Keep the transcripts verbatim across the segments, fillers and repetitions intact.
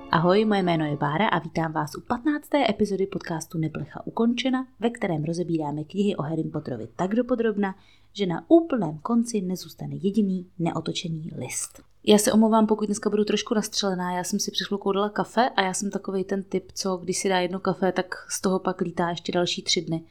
Ahoj, moje jméno je Bára a vítám vás u patnácté epizody podcastu Neplecha ukončena, ve kterém rozebíráme knihy o Harrym Potterovi tak dopodrobna, že na úplném konci nezůstane jediný neotočený list. Já se omlouvám, pokud dneska budu trošku nastřelená, já jsem si před chvilkou dala kafe a já jsem takovej ten typ, co když si dá jedno kafe, tak z toho pak lítá ještě další tři dny.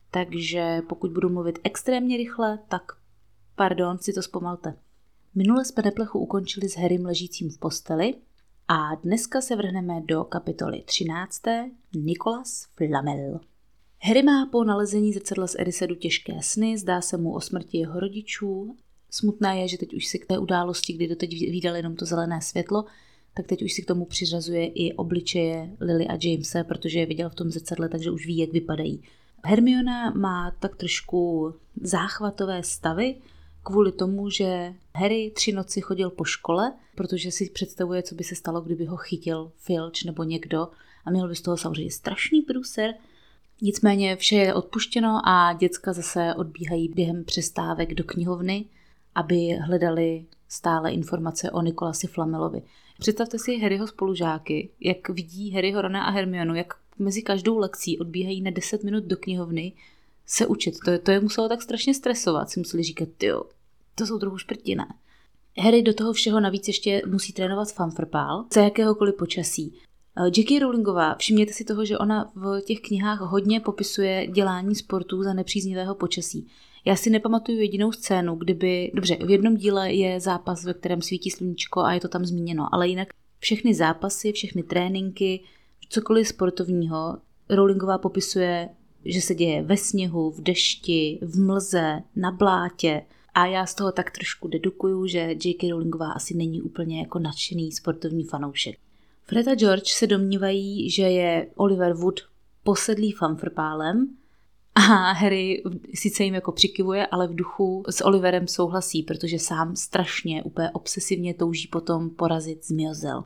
Takže pokud budu mluvit extrémně rychle, tak pardon, si to zpomalte. Minule jsme Neplechu ukončili s Harrym ležícím v posteli a dneska se vrhneme do kapitoly třinácté. Nicolas Flamel. Harry má po nalezení zrcadla z Erissedu těžké sny, zdá se mu o smrti jeho rodičů. Smutné je, že teď už si k té události, kdy doteď viděl jenom to zelené světlo, tak teď už si k tomu přiřazuje i obličeje Lily a Jamese, protože je viděl v tom zrcadle, takže už ví, jak vypadají. Hermiona má tak trošku záchvatové stavy, kvůli tomu, že Harry tři noci chodil po škole, protože si představuje, co by se stalo, kdyby ho chytil Filch nebo někdo a měl by z toho samozřejmě strašný průser. Nicméně vše je odpuštěno a děcka zase odbíhají během přestávek do knihovny, aby hledali stále informace o Nicolasi Flamelovi. Představte si Harryho spolužáky, jak vidí Harryho, Rona a Hermionu, jak mezi každou lekcí odbíhají na deset minut do knihovny se učit. To, to je muselo tak strašně stresovat, si museli říkat, tyjo, to jsou trochu šprtiné. Harry do toho všeho navíc ještě musí trénovat fanfrpál za jakéhokoliv počasí. J K. Rowlingová, všimněte si toho, že ona v těch knihách hodně popisuje dělání sportů za nepříznivého počasí. Já si nepamatuju jedinou scénu, kdyby, dobře, v jednom díle je zápas, ve kterém svítí sluníčko a je to tam zmíněno, ale jinak všechny zápasy, všechny tréninky, cokoliv sportovního, Rowlingová popisuje, že se děje ve sněhu, v dešti, v mlze, na blátě a já z toho tak trošku dedukuju, že J K. Rowlingová asi není úplně jako nadšený sportovní fanoušek. Fred a George se domnívají, že je Oliver Wood posedlý fanfrpálem a Harry sice jim jako přikivuje, ale v duchu s Oliverem souhlasí, protože sám strašně, úplně obsesivně touží potom porazit Zmiozel.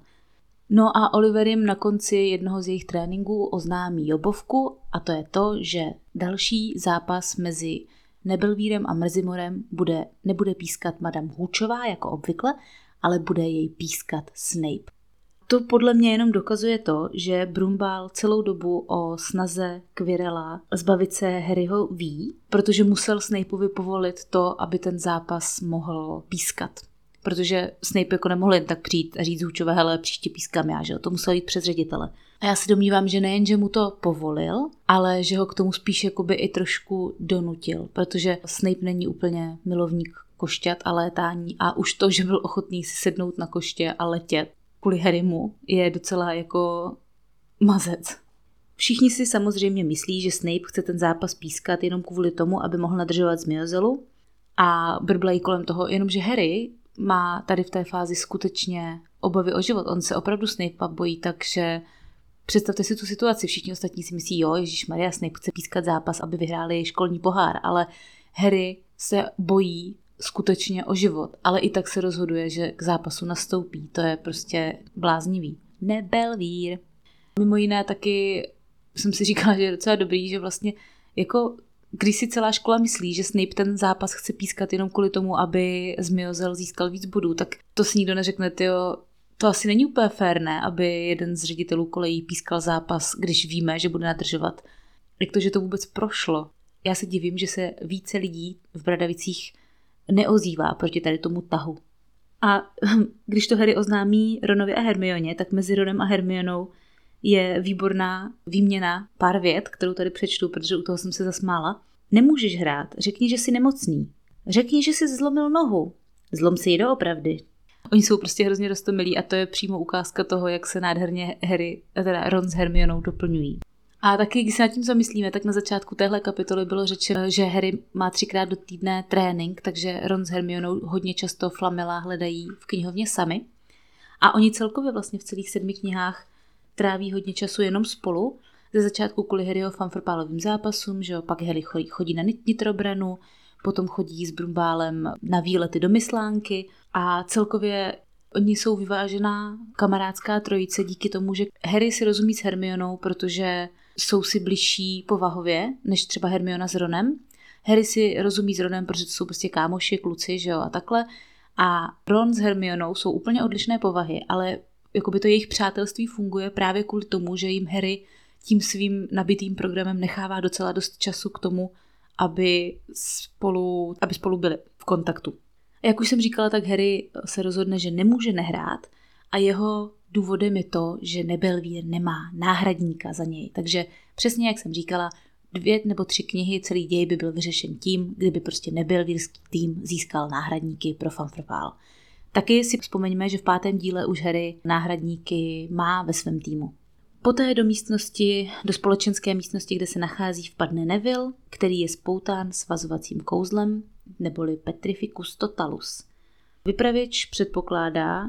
No a Oliver jim na konci jednoho z jejich tréninků oznámí jobovku a to je to, že další zápas mezi Nebelvírem a Mrzimorem bude, nebude pískat Madame Hoočová jako obvykle, ale bude jej pískat Snape. To podle mě jenom dokazuje to, že Brumbál celou dobu o snaze Quirrella zbavit se Harryho ví, protože musel Snapeovi povolit to, aby ten zápas mohl pískat. Protože Snape jako nemohl jen tak přijít a říct Hoočové, hele, příště pískám já, že to musel jít přes ředitele. A já si domnívám, že nejen, že mu to povolil, ale že ho k tomu spíš jakoby i trošku donutil, protože Snape není úplně milovník košťat a létání a už to, že byl ochotný si sednout na koště a letět kvůli Harrymu, je docela jako mazec. Všichni si samozřejmě myslí, že Snape chce ten zápas pískat jenom kvůli tomu, aby mohl nadržovat Zmiozelu a brblají kolem toho, jenomže Harry má tady v té fázi skutečně obavy o život. On se opravdu Snape'a bojí, takže představte si tu situaci. Všichni ostatní si myslí, jo, ježišmarja, Snape chce pískat zápas, aby vyhráli školní pohár, ale Harry se bojí skutečně o život, ale i tak se rozhoduje, že k zápasu nastoupí. To je prostě bláznivý. Nebelvír. Mimo jiné taky jsem si říkala, že je docela dobrý, že vlastně jako když si celá škola myslí, že Snape ten zápas chce pískat jenom kvůli tomu, aby Zmiozel získal víc bodů, tak to si nikdo neřekne, tyjo, to asi není úplně fér, ne, aby jeden z ředitelů kolejí pískal zápas, když víme, že bude nadržovat. Jak to, že to vůbec prošlo? Já se divím, že se více lidí v Bradavicích neozývá proti tady tomu tahu. A když to Harry oznámí Ronovi a Hermioně, tak mezi Ronem a Hermionou je výborná výměna pár vět, kterou tady přečtu, protože u toho jsem se zasmála. Nemůžeš hrát, řekni, že jsi nemocný. Řekni, že jsi zlomil nohu. Zlom si ji doopravdy. Oni jsou prostě hrozně roztomilí a to je přímo ukázka toho, jak se nádherně Harry, teda Ron s Hermionou doplňují. A taky, když se nad tím zamyslíme, tak na začátku téhle kapitoly bylo řečeno, že Harry má třikrát do týdne trénink, takže Ron s Hermionou hodně často Flamela hledají v knihovně sami. A oni celkově vlastně v celých sedmi knihách tráví hodně času jenom spolu. Ze začátku kvůli Harryho fanfrpálovým zápasům, že jo, pak Harry chodí na nitrobranu, potom chodí s Brumbálem na výlety do Myslánky a celkově oni jsou vyvážená kamarádská trojice díky tomu, že Harry si rozumí s Hermionou, protože jsou si bližší povahově, než třeba Hermiona s Ronem. Harry si rozumí s Ronem, protože to jsou prostě kámoši, kluci, že jo, a takhle. A Ron s Hermionou jsou úplně odlišné povahy, ale jakoby to jejich přátelství funguje právě kvůli tomu, že jim Harry tím svým nabitým programem nechává docela dost času k tomu, aby spolu, aby spolu byli v kontaktu. A jak už jsem říkala, tak Harry se rozhodne, že nemůže nehrát a jeho důvodem je to, že Nebelvír nemá náhradníka za něj. Takže přesně jak jsem říkala, dvě nebo tři knihy, celý děj by byl vyřešen tím, kdyby prostě Nebelvírský tým získal náhradníky pro Fanfrval. Taky si vzpomeňme, že v pátém díle už Harry náhradníky má ve svém týmu. Poté do místnosti, do společenské místnosti, kde se nachází, vpadne Neville, který je spoután svazovacím kouzlem, neboli Petrificus Totalus. Vypravěč předpokládá,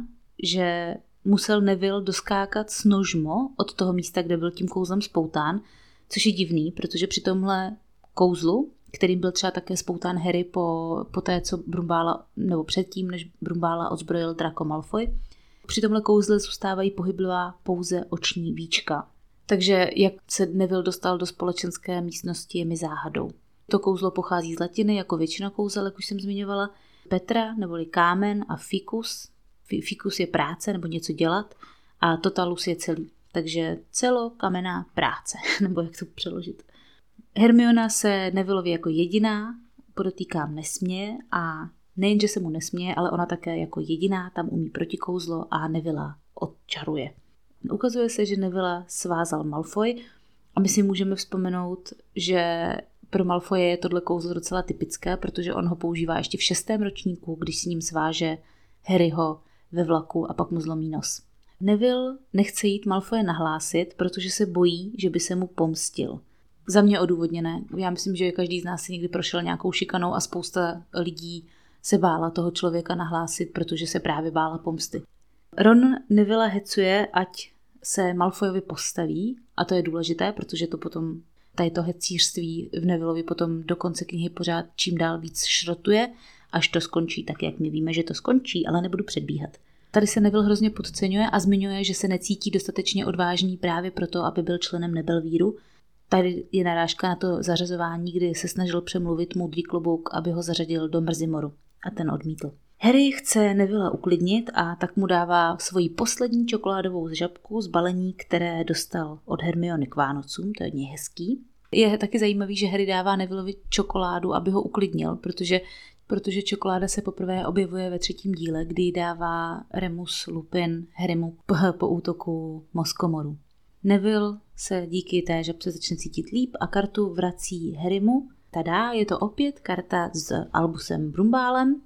že musel Neville doskákat snožmo od toho místa, kde byl tím kouzlem spoután, což je divný, protože při tomhle kouzlu, kterým byl třeba také spoután Harry po, po té, co Brumbála, nebo předtím, než Brumbála odzbrojil Draco Malfoy, při tomhle kouzle zůstávají pohyblivá pouze oční víčka. Takže jak se Neville dostal do společenské místnosti, je mi záhadou. To kouzlo pochází z latiny, jako většina kouzel, jak už jsem zmiňovala. Petra, neboli kámen, a ficus. Ficus je práce, nebo něco dělat, a totalus je celý. Takže celokamenná práce, nebo jak to přeložit. Hermiona se Nevilleovi jako jediná, podotýkám, nesměje a nejenže se mu nesměje, ale ona také jako jediná tam umí protikouzlo a Nevilla odčaruje. Ukazuje se, že Nevilla svázal Malfoy a my si můžeme vzpomenout, že pro Malfoye je tohle kouzlo docela typické, protože on ho používá ještě v šestém ročníku, když s ním sváže Harryho ve vlaku a pak mu zlomí nos. Neville nechce jít Malfoye nahlásit, protože se bojí, že by se mu pomstil. Za mě odůvodněné. Já myslím, že každý z nás si někdy prošel nějakou šikanou a spousta lidí se bála toho člověka nahlásit, protože se právě bála pomsty. Ron Neville hecuje, ať se Malfoyovi postaví, a to je důležité, protože to potom, tady to hecířství v Nevilleovi potom do konce knihy pořád čím dál víc šrotuje, až to skončí tak, jak my víme, že to skončí, ale nebudu předbíhat. Tady se Neville hrozně podceňuje a zmiňuje, že se necítí dostatečně odvážný právě proto, aby byl členem Nebelvíru. Tady je narážka na to zařazování, kdy se snažil přemluvit Moudrý klobouk, aby ho zařadil do Mrzimoru, a ten odmítl. Harry chce Neville uklidnit a tak mu dává svoji poslední čokoládovou žabku z balení, které dostal od Hermiony k Vánocům, to je hodně hezký. Je taky zajímavý, že Harry dává Nevilleovi čokoládu, aby ho uklidnil, protože, protože čokoláda se poprvé objevuje ve třetím díle, kdy dává Remus Lupin Harrymu po, po útoku Moskomoru. Neville se díky té žabce začne cítit líp a kartu vrací Harrymu. Tada, je to opět karta s Albusem Brumbálem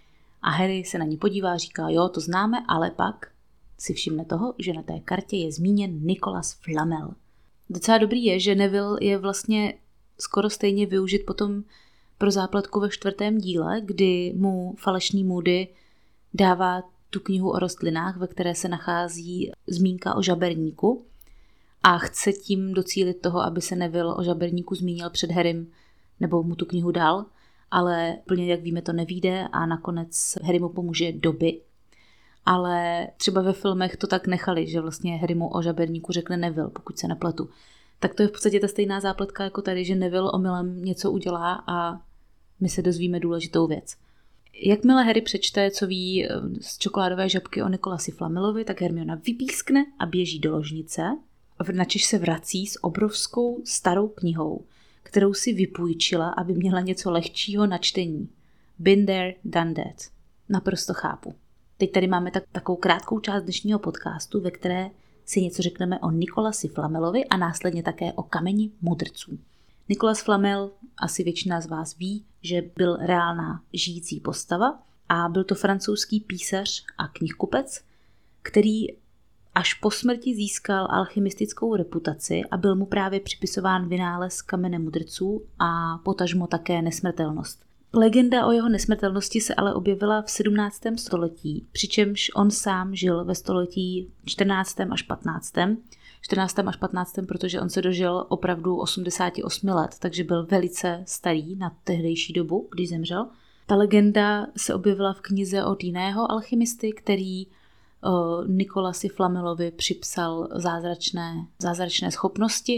a Harry se na ní podívá a říká, jo, to známe, ale pak si všimne toho, že na té kartě je zmíněn Nicolas Flamel. Docela dobrý je, že Neville je vlastně skoro stejně využit potom pro zápletku ve čtvrtém díle, kdy mu falešný Moody dává tu knihu o rostlinách, ve které se nachází zmínka o žaberníku, a chce tím docílit toho, aby se Neville o žaberníku zmínil před Harrym, nebo mu tu knihu dal, ale plně, jak víme, to nevyjde a nakonec Harry mu pomůže Dobby. Ale třeba ve filmech to tak nechali, že vlastně Harry mu o žaberníku řekne Neville, pokud se nepletu. Tak to je v podstatě ta stejná zápletka jako tady, že Neville omylem něco udělá a my se dozvíme důležitou věc. Jakmile Harry přečte, co ví z čokoládové žabky o Nicolasi Flamelovi, tak Hermiona vypískne a běží do ložnice, načež se vrací s obrovskou starou knihou, kterou si vypůjčila, aby měla něco lehčího na čtení. Been there, done that. Naprosto chápu. Teď tady máme tak, takovou krátkou část dnešního podcastu, ve které si něco řekneme o Nicolasi Flamelovi a následně také o kameni mudrců. Nicolas Flamel, asi většina z vás ví, že byl reálná žijící postava a byl to francouzský písař a knihkupec, který až po smrti získal alchymistickou reputaci a byl mu právě připisován vynález kamene mudrců a potažmo také nesmrtelnost. Legenda o jeho nesmrtelnosti se ale objevila v sedmnáctém století, přičemž on sám žil ve století čtrnáctém až patnáctém čtrnáctém až patnáctém protože on se dožil opravdu osmdesát osm let, takže byl velice starý na tehdejší dobu, když zemřel. Ta legenda se objevila v knize od jiného alchymisty, který Nicolasi Flamelovi připsal zázračné, zázračné schopnosti,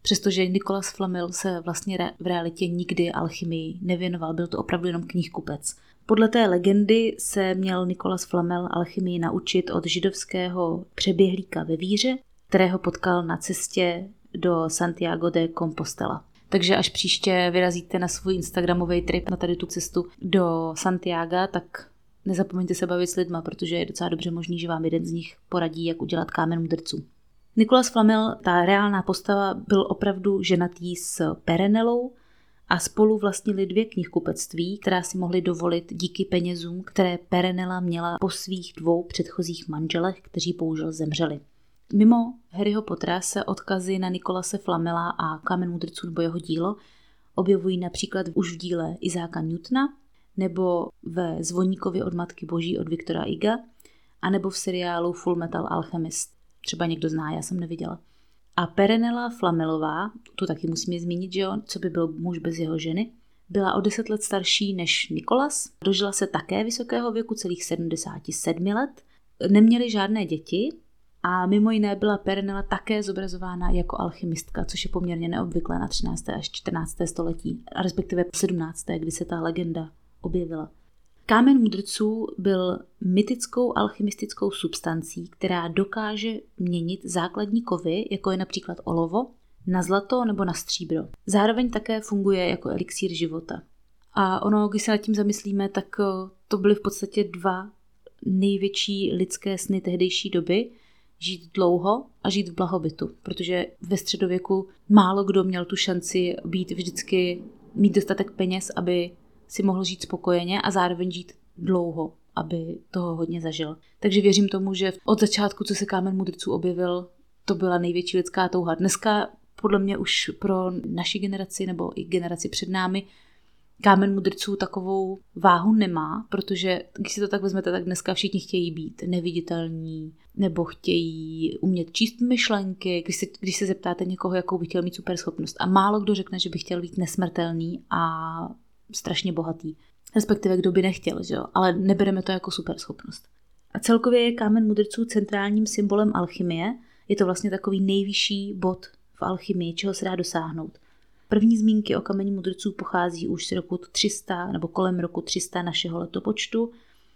přestože Nicolas Flamel se vlastně v realitě nikdy alchymii nevěnoval, byl to opravdu jenom knihkupec. Podle té legendy se měl Nicolas Flamel alchymii naučit od židovského přeběhlíka ve víře, kterého potkal na cestě do Santiago de Compostela. Takže až příště vyrazíte na svůj instagramový trip na tady tu cestu do Santiago, tak nezapomeňte se bavit s lidma, protože je docela dobře možný, že vám jeden z nich poradí, jak udělat kámen mudrců. Nicolas Flamel, ta reálná postava, byl opravdu ženatý s Perenelou a spolu vlastnili dvě knihkupectví, která si mohli dovolit díky penězům, které Perenela měla po svých dvou předchozích manželech, kteří bohužel zemřeli. Mimo Harryho Pottera se odkazy na Nicolase Flamela a kámen mudrců nebo jeho dílo objevují například už v díle Izáka Newtona nebo ve Zvoníkovi od Matky Boží od Viktora Iga a nebo v seriálu Full Metal Alchemist. Třeba někdo zná, já jsem neviděla. A Perenela Flamelová, tu taky musíme zmínit, že jo, co by byl muž bez jeho ženy, byla o deset let starší než Nicolas, dožila se také vysokého věku, celých sedmdesát sedm let, neměli žádné děti a mimo jiné byla Perenela také zobrazována jako alchymistka, což je poměrně neobvyklé na třinácté až čtrnácté století, a respektive sedmnácté, kdy se ta legenda objevila. Kámen mudrců byl mytickou alchymistickou substancí, která dokáže měnit základní kovy, jako je například olovo, na zlato nebo na stříbro. Zároveň také funguje jako elixír života. A ono, když se nad tím zamyslíme, tak to byly v podstatě dva největší lidské sny tehdejší doby, žít dlouho a žít v blahobytu, protože ve středověku málo kdo měl tu šanci být vždycky, mít dostatek peněz, aby si mohl žít spokojeně a zároveň žít dlouho, aby toho hodně zažil. Takže věřím tomu, že od začátku, co se kámen mudrců objevil, to byla největší lidská touha. Dneska podle mě už pro naši generaci nebo i generaci před námi kámen mudrců takovou váhu nemá, protože když si to tak vezmete, tak dneska všichni chtějí být neviditelní nebo chtějí umět číst myšlenky, když se, když se zeptáte někoho, jakou by chtěl mít superschopnost. A málo kdo řekne, že by chtěl být nesmrtelný a strašně bohatý. Respektive kdo by nechtěl, že jo? Ale nebereme to jako superschopnost. A celkově je kámen mudrců centrálním symbolem alchymie. Je to vlastně takový nejvyšší bod v alchymii, čeho se dá dosáhnout. První zmínky o kameni mudrců pochází už z roku tři sta nebo kolem roku tři sta našeho letopočtu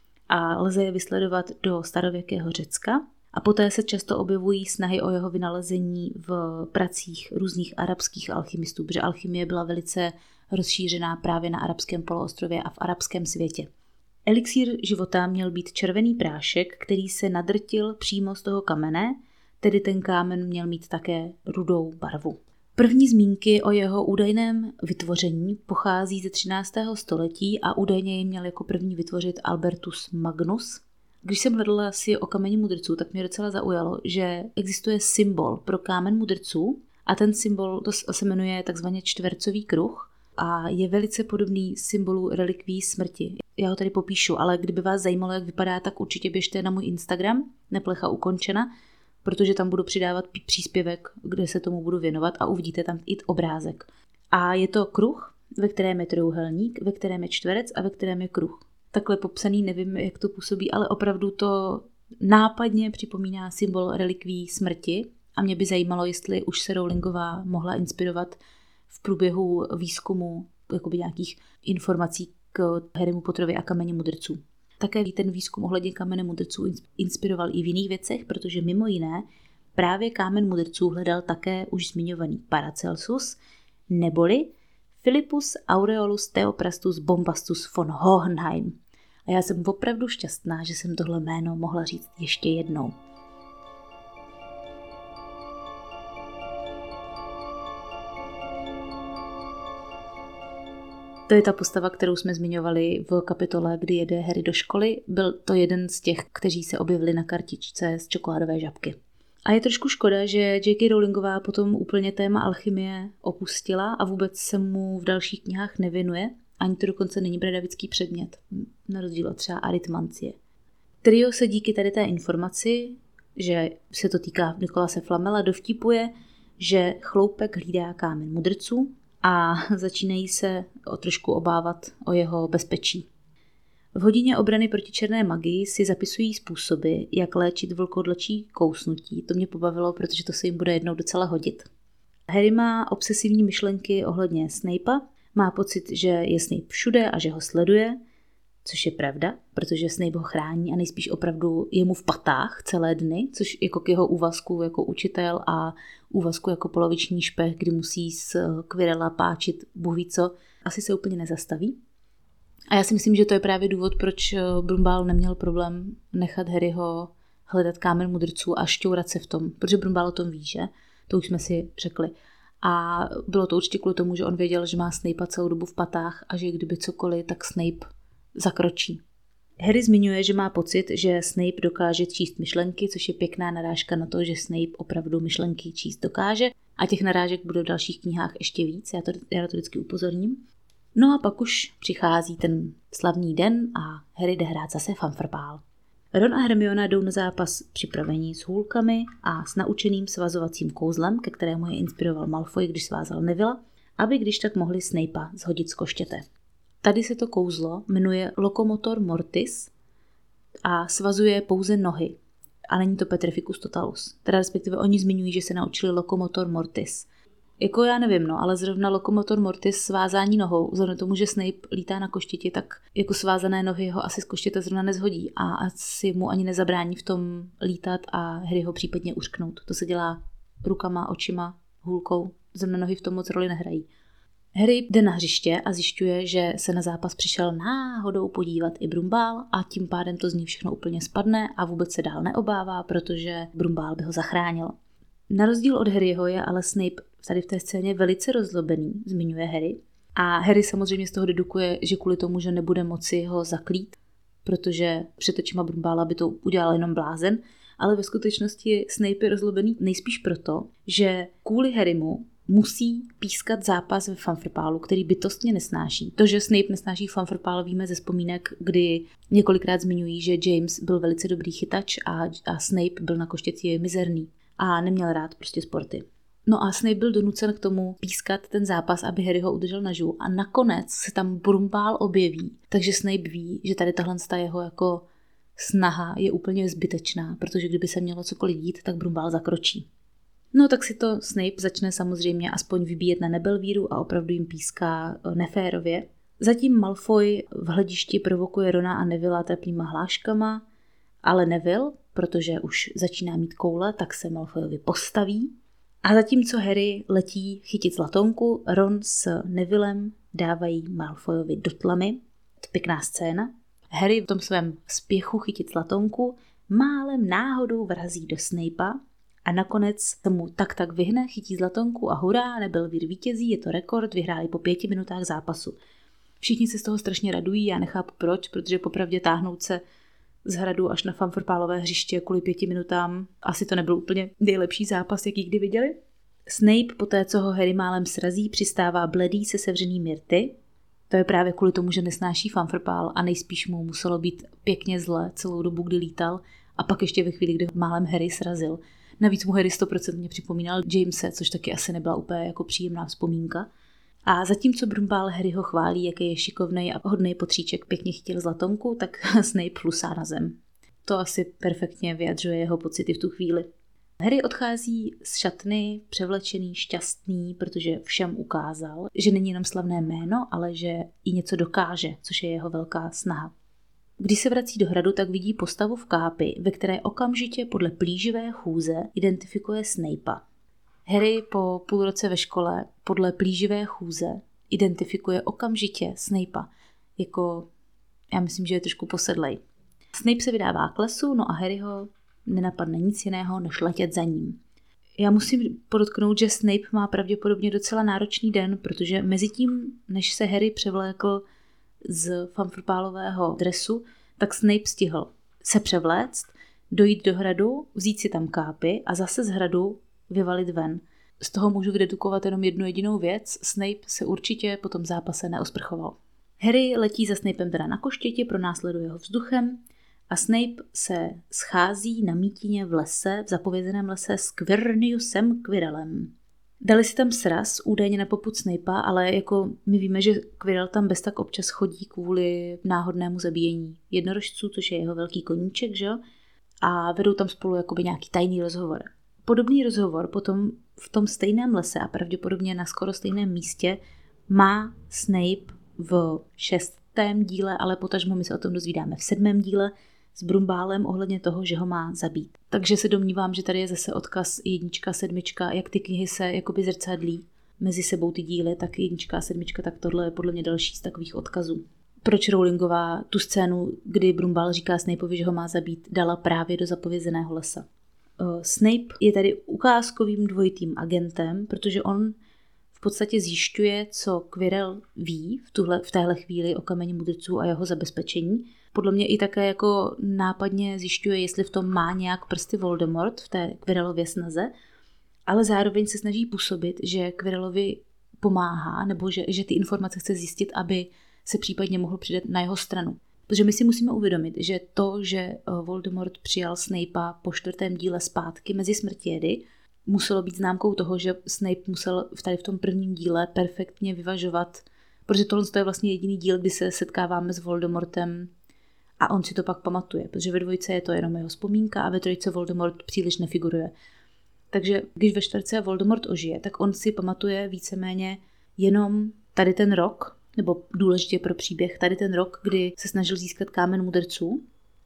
a lze je vysledovat do starověkého Řecka. A poté se často objevují snahy o jeho vynalezení v pracích různých arabských alchymistů, protože alchymie byla velice rozšířená právě na arabském poloostrově a v arabském světě. Elixír života měl být červený prášek, který se nadrtil přímo z toho kamene, tedy ten kámen měl mít také rudou barvu. První zmínky o jeho údajném vytvoření pochází ze třináctého století a údajně ji měl jako první vytvořit Albertus Magnus. Když jsem hledala si o kameni mudrců, tak mě docela zaujalo, že existuje symbol pro kámen mudrců a ten symbol to se jmenuje takzvaně čtvercový kruh a je velice podobný symbolu relikví smrti. Já ho tady popíšu, ale kdyby vás zajímalo, jak vypadá, tak určitě běžte na můj Instagram, Neplecha ukončena, protože tam budu přidávat příspěvek, kde se tomu budu věnovat a uvidíte tam i obrázek. A je to kruh, ve kterém je trojúhelník, ve kterém je čtverec a ve kterém je kruh. Takhle popsaný, nevím, jak to působí, ale opravdu to nápadně připomíná symbol relikví smrti a mě by zajímalo, jestli už se Rowlingová mohla inspirovat v průběhu výzkumu jakoby nějakých informací k Harrymu Potterovi a kameni mudrců. Také ten výzkum ohledně kamene mudrců inspiroval i v jiných věcech, protože mimo jiné právě kámen mudrců hledal také už zmiňovaný Paracelsus, neboli Philippus Aureolus Theophrastus Bombastus von Hohenheim. A já jsem opravdu šťastná, že jsem tohle jméno mohla říct ještě jednou. To je ta postava, kterou jsme zmiňovali v kapitole, kdy jede Harry do školy. Byl to jeden z těch, kteří se objevili na kartičce z čokoládové žabky. A je trošku škoda, že J K. Rowlingová potom úplně téma alchymie opustila a vůbec se mu v dalších knihách nevěnuje. Ani to dokonce není bradavický předmět, na rozdíl od třeba aritmancie. Trio se díky tady té informaci, že se to týká Nicolase Flamela, dovtipuje, že chloupek hlídá kámen mudrců a začínají se o trošku obávat o jeho bezpečí. V hodině obrany proti černé magii si zapisují způsoby, jak léčit vlkodlačí kousnutí. To mě pobavilo, protože to se jim bude jednou docela hodit. Harry má obsesivní myšlenky ohledně Snape'a, má pocit, že je Snape všude a že ho sleduje, což je pravda, protože Snape ho chrání a nejspíš opravdu je mu v patách celé dny, což jako k jeho úvazku jako učitel a úvazku jako poloviční špech, kdy musí z Quirrella páčit bůh ví co, asi se úplně nezastaví. A já si myslím, že to je právě důvod, proč Brumbál neměl problém nechat Harryho hledat kámen mudrců a šťourat se v tom, protože Brumbál o tom ví, že? To už jsme si řekli. A bylo to určitě kvůli tomu, že on věděl, že má Snape'a celou dobu v patách a že kdyby cokoliv, tak Snape zakročí. Harry zmiňuje, že má pocit, že Snape dokáže číst myšlenky, což je pěkná narážka na to, že Snape opravdu myšlenky číst dokáže. A těch narážek bude v dalších knihách ještě víc, já to, já to vždycky upozorním. No a pak už přichází ten slavný den a Harry jde hrát zase fanfrpál. Ron a Hermiona jdou na zápas připravení s hůlkami a s naučeným svazovacím kouzlem, ke kterému je inspiroval Malfoy, když svázal Nevilla, aby když tak mohli Snape'a shodit z koštěte. Tady se to kouzlo jmenuje Locomotor Mortis a svazuje pouze nohy. A není to Petrificus Totalus. Teda respektive oni zmiňují, že se naučili Locomotor Mortis. Jako já nevím, no, ale zrovna Locomotor Mortis svázání nohou, vzhledem tomu, že Snape lítá na koštěti, tak jako svázané nohy ho asi z koštěte zrovna nezhodí a asi mu ani nezabrání v tom lítat a Harry ho případně uřknout. To se dělá rukama, očima, hůlkou, zrovna nohy v tom moc roli nehrají. Harry jde na hřiště a zjišťuje, že se na zápas přišel náhodou podívat i Brumbál a tím pádem to z ní všechno úplně spadne a vůbec se dál neobává, protože Brumbál by ho zachránil. Na rozdíl od Harryho je ale Snape tady v té scéně velice rozlobený, zmiňuje Harry. A Harry samozřejmě z toho dedukuje, že kvůli tomu, že nebude moci ho zaklít, protože před očima Brumbála by to udělal jenom blázen, ale ve skutečnosti Snape je rozlobený nejspíš proto, že kvůli Harrymu musí pískat zápas ve fanfrpálu, který bytostně nesnáší. To, že Snape nesnáší fanfrpál, víme ze vzpomínek, kdy několikrát zmiňují, že James byl velice dobrý chytač a, a Snape byl na koštěti mizerný a neměl rád prostě sporty. No a Snape byl donucen k tomu pískat ten zápas, aby Harry ho udržel naživu a nakonec se tam Brumbál objeví, takže Snape ví, že tady tahle jeho jako snaha je úplně zbytečná, protože kdyby se mělo cokoliv dít, tak Brumbál zakročí. No tak si to Snape začne samozřejmě aspoň vybíjet na Nebelvíru a opravdu jim píská neférově. Zatím Malfoy v hledišti provokuje Rona a Nevilla teplýma hláškama, ale Neville, protože už začíná mít koule, tak se Malfoyovi postaví. A zatímco Harry letí chytit zlatonku, Ron s Nevillem dávají Malfoyovi do tlamy. To je pěkná scéna. Harry v tom svém spěchu chytit zlatonku málem náhodou vrazí do Snape'a a nakonec se mu tak tak vyhne, chytí zlatonku a hurá, Nebelvír vítězí, je to rekord, vyhráli po pěti minutách zápasu. Všichni se z toho strašně radují, já nechápu proč, protože popravdě táhnout se z hradu až na fanfrpálové hřiště kvůli pěti minutám, asi to nebyl úplně nejlepší zápas, jaký kdy viděli. Snape, poté co ho Harry málem srazí, přistává bledý se sevřenými rty. To je právě kvůli tomu, že nesnáší fanfrpál a nejspíš mu muselo být pěkně zle celou dobu, kdy lítal a pak ještě ve chvíli, kdy ho málem Harry srazil. Navíc mu Harry sto procent připomínal Jamese, což taky asi nebyla úplně jako příjemná vzpomínka. A zatímco Brumbál Harryho chválí, jaký je šikovnej a hodnej potříček, pěkně chytil zlatonku, tak Snape plusá na zem. To asi perfektně vyjadřuje jeho pocity v tu chvíli. Harry odchází z šatny převlečený, šťastný, protože všem ukázal, že není jenom slavné jméno, ale že i něco dokáže, což je jeho velká snaha. Když se vrací do hradu, tak vidí postavu v kápi, ve které okamžitě podle plíživé chůze identifikuje Snape'a. Harry po půl roce ve škole podle plíživé chůze identifikuje okamžitě Snape'a. Jako, já myslím, že je trošku posedlej. Snape se vydává k lesu, no a Harryho nenapadne nic jiného, než letět za ním. Já musím podotknout, že Snape má pravděpodobně docela náročný den, protože mezi tím, než se Harry převlékl z fanfrpálového dresu, tak Snape stihl se převléct, dojít do hradu, vzít si tam kápy a zase z hradu vyvalit ven. Z toho můžu vydedukovat jenom jednu jedinou věc. Snape se určitě po tom zápase neosprchoval. Harry letí za Snapem teda na koštěti, pronásleduje ho vzduchem a Snape se schází na mítině v lese, v zapovězeném lese s Quiriniusem Quirrellem. Dali si tam sraz, údajně na popud Snape'a, ale jako my víme, že Quirrell tam bez tak občas chodí kvůli náhodnému zabíjení jednorožců, což je jeho velký koníček, že jo? A vedou tam spolu jakoby nějaký tajný rozhovor. Podobný rozhovor potom v tom stejném lese a pravděpodobně na skoro stejném místě má Snape v šestém díle, ale potažmo my se o tom dozvídáme v sedmém díle s Brumbálem ohledně toho, že ho má zabít. Takže se domnívám, že tady je zase odkaz jednička, sedmička, jak ty knihy se jakoby zrcadlí mezi sebou ty díly, tak jednička a sedmička, tak tohle je podle mě další z takových odkazů. Proč Rowlingová tu scénu, kdy Brumbál říká Snapeovi, že ho má zabít, dala právě do zapovězeného lesa. Snape je tady ukázkovým dvojitým agentem, protože on v podstatě zjišťuje, co Quirrell ví v, tuhle, v téhle chvíli o kameni mudrců a jeho zabezpečení. Podle mě i také jako nápadně zjišťuje, jestli v tom má nějak prsty Voldemort v té Quirrellově snaze, ale zároveň se snaží působit, že Quirrellovi pomáhá, nebo že, že ty informace chce zjistit, aby se případně mohl přidat na jeho stranu. Protože my si musíme uvědomit, že to, že Voldemort přijal Snapea po čtvrtém díle zpátky mezi smrtiedy, muselo být známkou toho, že Snape musel tady v tom prvním díle perfektně vyvažovat, protože tohle je vlastně jediný díl, kdy se setkáváme s Voldemortem a on si to pak pamatuje, protože ve dvojce je to jenom jeho vzpomínka a ve trojce Voldemort příliš nefiguruje. Takže když ve čtvrtce Voldemort ožije, tak on si pamatuje víceméně jenom tady ten rok, nebo důležitě pro příběh, tady ten rok, kdy se snažil získat kámen mudrců.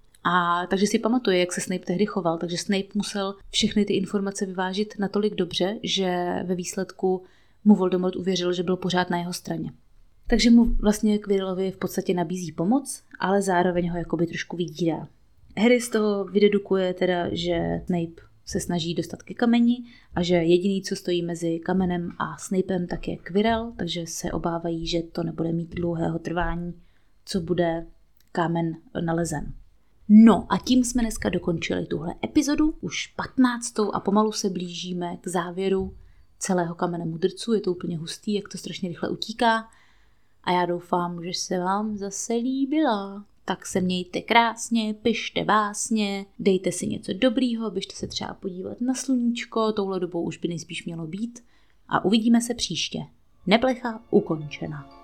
A takže si pamatuje, jak se Snape tehdy choval, takže Snape musel všechny ty informace vyvážit natolik dobře, že ve výsledku mu Voldemort uvěřil, že byl pořád na jeho straně. Takže mu vlastně Quirrellovi v podstatě nabízí pomoc, ale zároveň ho jakoby trošku vydírá. Harry z toho vydedukuje teda, že Snape se snaží dostat ke kameni a že jediný, co stojí mezi kamenem a Snapem, tak je Quirrell, takže se obávají, že to nebude mít dlouhého trvání, co bude kámen nalezen. No a tím jsme dneska dokončili tuhle epizodu, už patnáctou a pomalu se blížíme k závěru celého kamene mudrců. Je to úplně hustý, jak to strašně rychle utíká a já doufám, že se vám zase líbila. Tak se mějte krásně, pište básně, dejte si něco dobrýho, běžte se třeba podívat na sluníčko, touhle dobou už by nejspíš mělo být a uvidíme se příště. Neplecha ukončena.